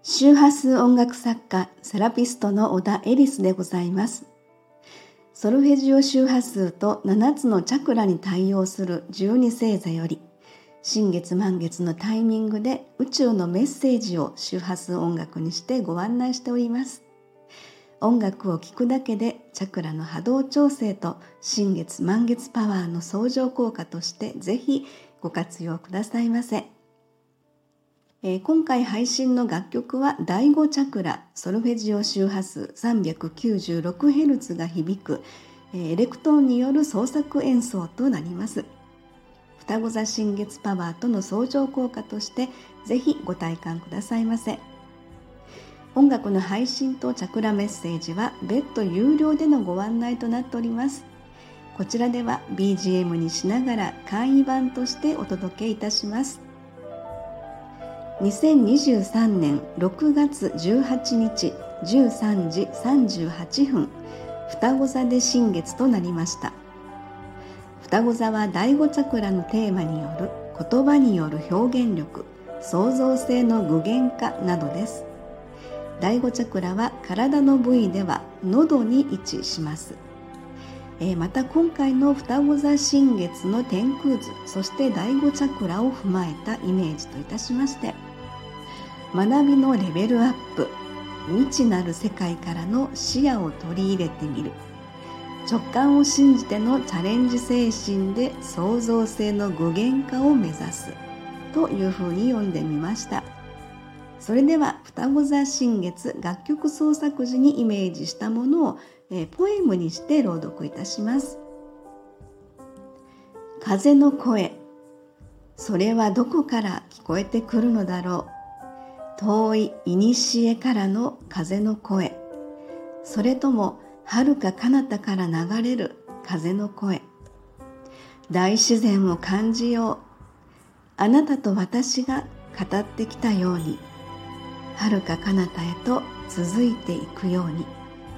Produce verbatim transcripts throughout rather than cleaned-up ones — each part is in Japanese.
周波数音楽作家、セラピストの小田エリスでございます。ソルフェジオ周波数とななつのチャクラに対応するじゅうに星座より、新月満月のタイミングで宇宙のメッセージを周波数音楽にしてご案内しております。音楽を聴くだけでチャクラの波動調整と新月満月パワーの相乗効果としてぜひご活用くださいませ。えー、今回配信の楽曲はだいごチャクラソルフェジオ周波数 さんびゃくきゅうじゅうろくヘルツ が響く、えー、エレクトーンによる創作演奏となります。双子座新月パワーとの相乗効果としてぜひご体感くださいませ。音楽の配信とチャクラメッセージは別途有料でのご案内となっております。こちらでは ビージーエム にしながら簡易版としてお届けいたします。にせんにじゅうさんねんろくがつじゅうはちにちじゅうさんじさんじゅうはっぷん、双子座で新月となりました。双子座はだいごチャクラのテーマによる言葉による表現力、創造性の具現化などです。だいごチャクラは体の部位では喉に位置します。えー、また今回の双子座新月の天空図、そしてだいごチャクラを踏まえたイメージといたしまして、学びのレベルアップ、未知なる世界からの視野を取り入れてみる、直感を信じてのチャレンジ精神で創造性の具現化を目指すというふうに読んでみました。それでは双子座新月楽曲創作時にイメージしたものを、えー、ポエムにして朗読いたします。風の声、それはどこから聞こえてくるのだろう。遠い古からの風の声、それとも遥か彼方から流れる風の声。大自然を感じよう。あなたと私が語ってきたように、遥か彼方へと続いていくように。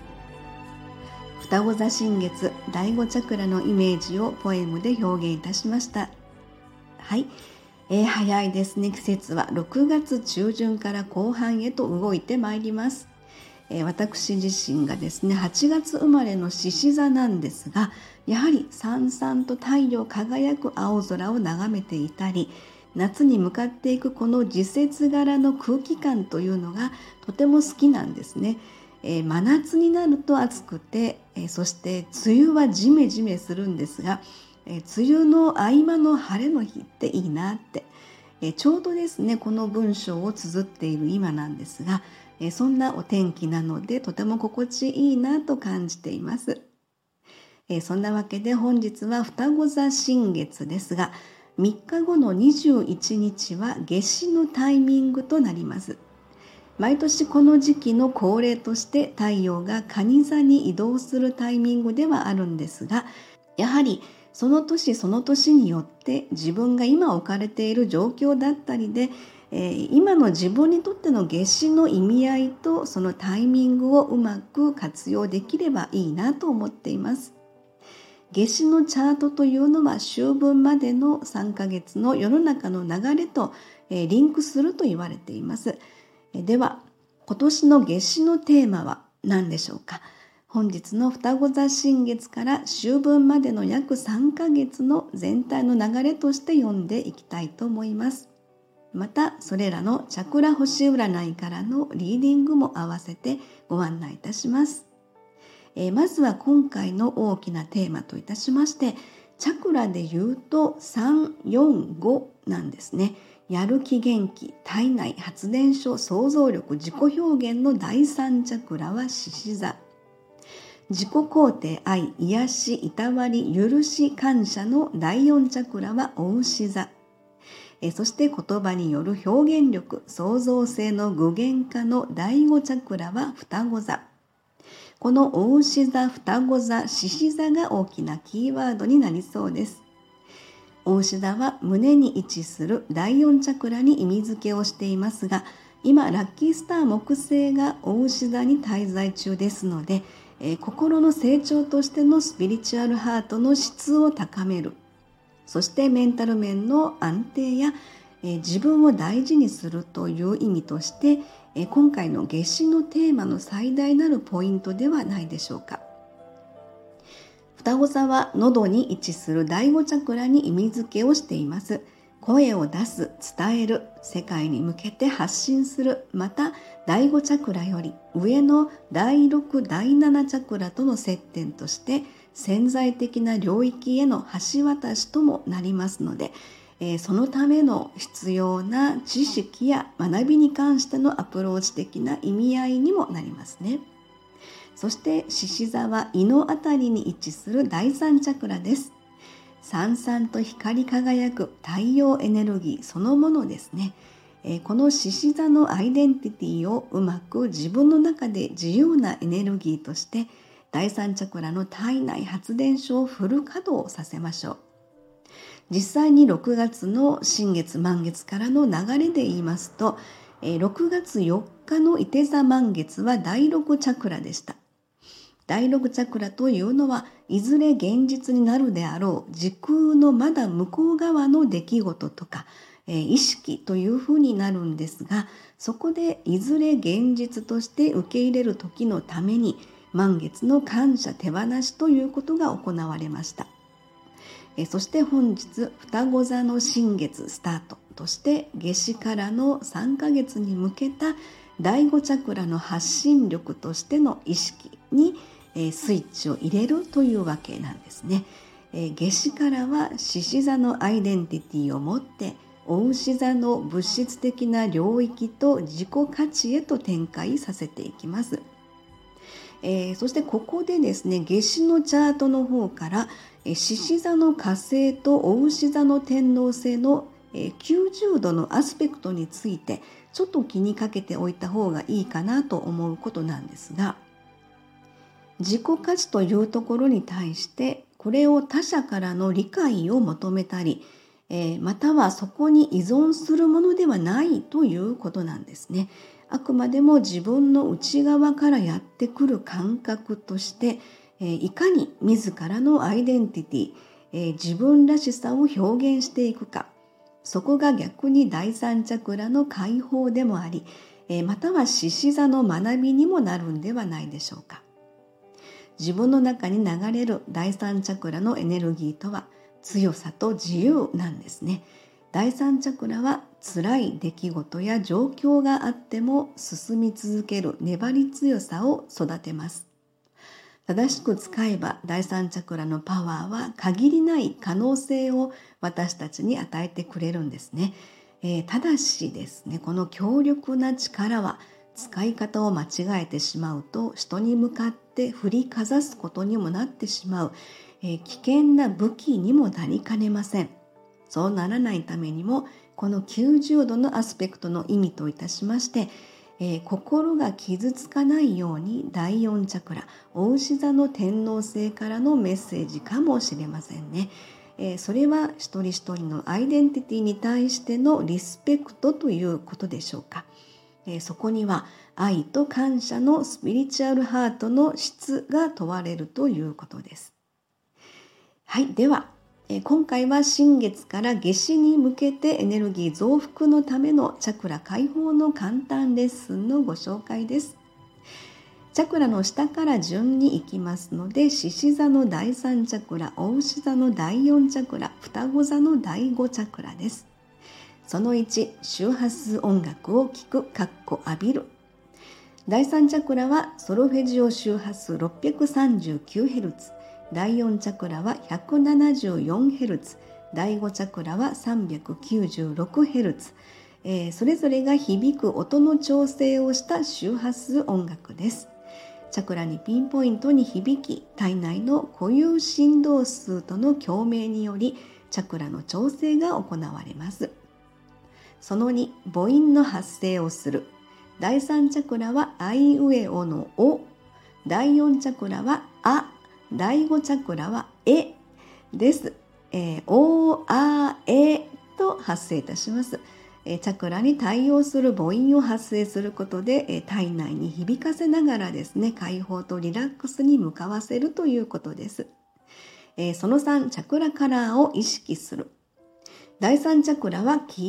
双子座新月だいごチャクラのイメージをポエムで表現いたしました。はい、えー、早いですね。季節はろくがつちゅうじゅんから後半へと動いてまいります。えー、私自身がですねはちがつ生まれの獅子座なんですが、やはりさんさんと太陽輝く青空を眺めていたり、夏に向かっていくこの時節柄の空気感というのがとても好きなんですね。えー、真夏になると暑くて、えー、そして梅雨はジメジメするんですが、えー、梅雨の合間の晴れの日っていいなって、えー、ちょうどですねこの文章を綴っている今なんですが、えー、そんなお天気なのでとても心地いいなと感じています。えー、そんなわけで本日は双子座新月ですが、みっかごのにじゅういちにちは夏至のタイミングとなります。毎年この時期の恒例として太陽が蟹座に移動するタイミングではあるんですが、やはりその年その年によって自分が今置かれている状況だったりで、えー、今の自分にとっての夏至の意味合いとそのタイミングをうまく活用できればいいなと思っています。夏至のチャートというのは秋分までのさんかげつの世の中の流れとリンクすると言われています。では今年の夏至のテーマは何でしょうか。本日の双子座新月から秋分までの約さんかげつの全体の流れとして読んでいきたいと思います。またそれらのチャクラ星占いからのリーディングも合わせてご案内いたします。えー、まずは今回の大きなテーマといたしまして、チャクラで言うとさん、よん、ごなんですね。やる気、元気、体内、発電所、想像力、自己表現のだいさんチャクラは獅子座。自己肯定、愛、癒し、いたわり、許し、感謝のだいよんチャクラは牡牛座。えそして言葉による表現力、創造性の具現化のだいごチャクラは双子座。この牡牛座、双子座、獅子座が大きなキーワードになりそうです。牡牛座は胸に位置するだいよんチャクラに意味付けをしていますが、今ラッキースター木星が牡牛座に滞在中ですので、えー、心の成長としてのスピリチュアルハートの質を高める、そしてメンタル面の安定や、えー、自分を大事にするという意味として、 え今回の夏至のテーマの最大なるポイントではないでしょうか。双子座は喉に位置する第五チャクラに意味付けをしています。声を出す、伝える、世界に向けて発信する、また第五チャクラより上のだいろく、だいななチャクラとの接点として潜在的な領域への橋渡しともなりますので、えー、そのための必要な知識や学びに関してのアプローチ的な意味合いにもなりますね。そして獅子座は胃のあたりに位置するだいさんチャクラです。さんさんと光り輝く太陽エネルギーそのものですね。えー、この獅子座のアイデンティティをうまく自分の中で自由なエネルギーとしてだいさんチャクラの体内発電所をフル稼働させましょう。実際にろくがつの新月満月からの流れで言いますと、ろくがつよっかのいて座満月はだいろくチャクラでした。だいろくチャクラというのはいずれ現実になるであろう時空のまだ向こう側の出来事とか、えー、意識というふうになるんですが、そこでいずれ現実として受け入れる時のために満月の感謝手放しということが行われました。えー、そして本日双子座の新月スタートとして夏至からのさんかげつに向けただいごチャクラの発信力としての意識にスイッチを入れるというわけなんですね。夏至からは獅子座のアイデンティティを持って牡牛座の物質的な領域と自己価値へと展開させていきます。えー、そしてここでですね、夏至のチャートの方から獅子座の火星と牡牛座の天王星のきゅうじゅうどのアスペクトについてちょっと気にかけておいた方がいいかなと思うことなんですが、自己価値というところに対してこれを他者からの理解を求めたり、えー、またはそこに依存するものではないということなんですね。あくまでも自分の内側からやってくる感覚として、えー、いかに自らのアイデンティティ、えー、自分らしさを表現していくか、そこが逆にだいさんチャクラの解放でもあり、えー、または獅子座の学びにもなるんではないでしょうか。自分の中に流れるだいさんチャクラのエネルギーとは強さと自由なんですね。だいさんチャクラは辛い出来事や状況があっても進み続ける粘り強さを育てます。正しく使えばだいさんチャクラのパワーは限りない可能性を私たちに与えてくれるんですね。えー、ただしですね、この強力な力は使い方を間違えてしまうと人に向かって振りかざすことにもなってしまう、えー、危険な武器にもなりかねません。そうならないためにもこのきゅうじゅうどのアスペクトの意味といたしまして、えー、心が傷つかないようにだいよんチャクラ牡牛座の天王星からのメッセージかもしれませんね。えー、それは一人一人のアイデンティティに対してのリスペクトということでしょうか。そこには愛と感謝のスピリチュアルハートの質が問われるということです。はい、では今回は新月から夏至に向けてエネルギー増幅のためのチャクラ解放の簡単レッスンのご紹介です。チャクラの下から順に行きますので、獅子座のだいさんチャクラ、牡牛座のだいよんチャクラ、双子座のだいごチャクラです。そのいち、周波数音楽を聴く（浴びる）。だいさんチャクラはソルフェジオ周波数 ろっぴゃくさんじゅうきゅうヘルツ、だいよんチャクラは ひゃくななじゅうよんヘルツ、だいごチャクラは さんびゃくきゅうじゅうろくヘルツ、えー、それぞれが響く音の調整をした周波数音楽です。チャクラにピンポイントに響き、体内の固有振動数との共鳴によりチャクラの調整が行われます。そのに、母音の発声をする。だいさんチャクラはあいうえおのお、だいよんチャクラはあ、だいごチャクラはえです。えー、お、あ、えと発声いたします。えー、チャクラに対応する母音を発声することで、えー、体内に響かせながらですね、解放とリラックスに向かわせるということです。えー、そのさん、チャクラカラーを意識する。だいさんチャクラは黄色、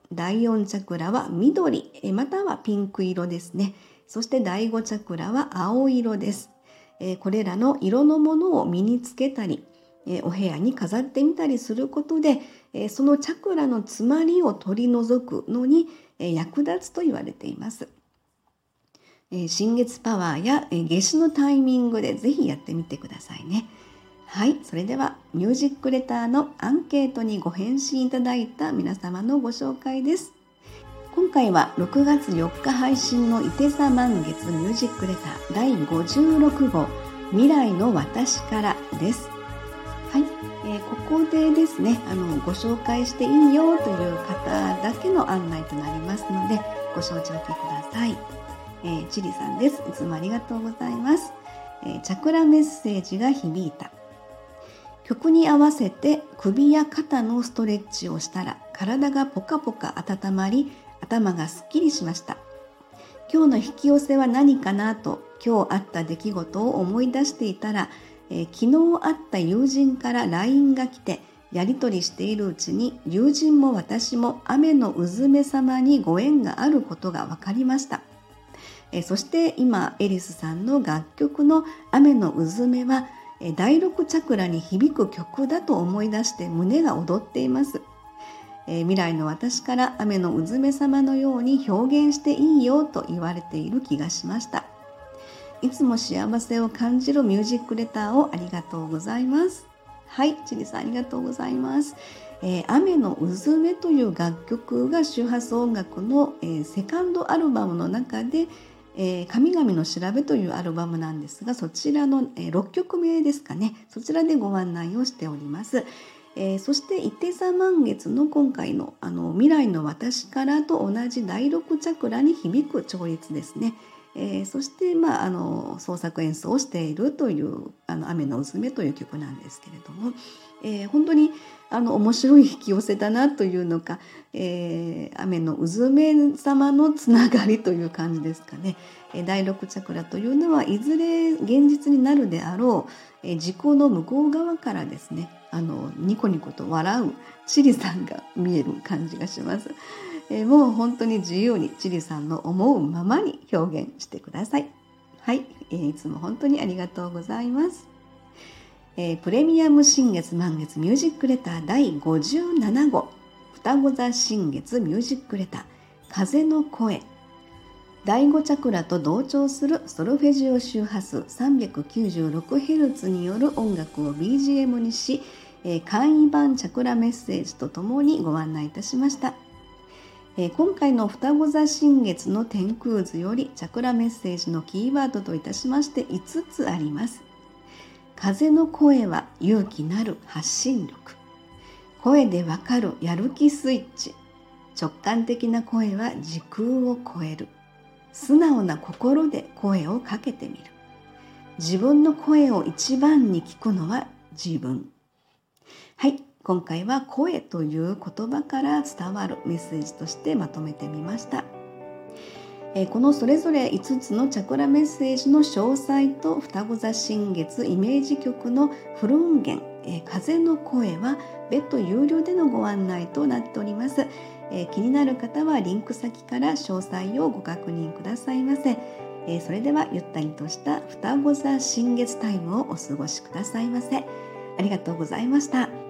だいよんチャクラは緑またはピンク色ですね。そしてだいごチャクラは青色です。これらの色のものを身につけたりお部屋に飾ってみたりすることでそのチャクラの詰まりを取り除くのに役立つと言われています。新月パワーや夏至のタイミングでぜひやってみてくださいね。はい、それではミュージックレターのアンケートにご返信いただいた皆様のご紹介です。今回はろくがつよっか配信のいて座満月ミュージックレターだいごじゅうろく号未来の私からです。はい、えー、ここでですねあのご紹介していいよという方だけの案内となりますのでご承知おきください。えー、チリさんです。いつもありがとうございます。えー、チャクラメッセージが響いた。曲に合わせて首や肩のストレッチをしたら体がポカポカ温まり頭がすっきりしました。今日の引き寄せは何かなと今日あった出来事を思い出していたら、えー、昨日会った友人から ライン が来てやり取りしているうちに友人も私も雨のうずめ様にご縁があることが分かりました。えー、そして今エリスさんの楽曲の雨のうずめはだいろくチャクラに響く曲だと思い出して胸が躍っています。えー、未来の私から雨のうずめ様のように表現していいよと言われている気がしました。いつも幸せを感じるミュージックレターをありがとうございます。はい、チリさんありがとうございます。えー、雨のうずめという楽曲が周波数音楽の、えー、セカンドアルバムの中でえー、神々の調べというアルバムなんですがそちらの、えー、ろっきょくめですかね。そちらでご案内をしております。えー、そしていて座満月の今回の、あの未来の私からと同じだいろくチャクラに響く調律ですね。えー、そして、まあ、あの創作演奏をしているというあの雨のうずめという曲なんですけれども、えー、本当にあの面白い引き寄せだなというのか、えー、雨のうずめ様のつながりという感じですかね。えー、だいろくチャクラというのはいずれ現実になるであろう、えー、自己の向こう側からですねあのニコニコと笑うチリさんが見える感じがします。えー、もう本当に自由にチリさんの思うままに表現してください。はい、えー、いつも本当にありがとうございます。えー、プレミアム新月満月ミュージックレターだいごじゅうなな号双子座新月ミュージックレター風の声。だいごチャクラと同調するソルフェジオ周波数 さんびゃくきゅうじゅうろくヘルツ による音楽を ビージーエム にし、えー、簡易版チャクラメッセージとともにご案内いたしました。えー、今回の双子座新月の天空図よりチャクラメッセージのキーワードといたしましていつつあります。風の声は勇気なる発信力。声でわかるやる気スイッチ。直感的な声は時空を超える。素直な心で声をかけてみる。自分の声を一番に聞くのは自分。はい、今回は声という言葉から伝わるメッセージとしてまとめてみました。このそれぞれいつつのチャクラメッセージの詳細と双子座新月イメージ曲のフル音源風の声は別途有料でのご案内となっております。気になる方はリンク先から詳細をご確認くださいませ。それではゆったりとした双子座新月タイムをお過ごしくださいませ。ありがとうございました。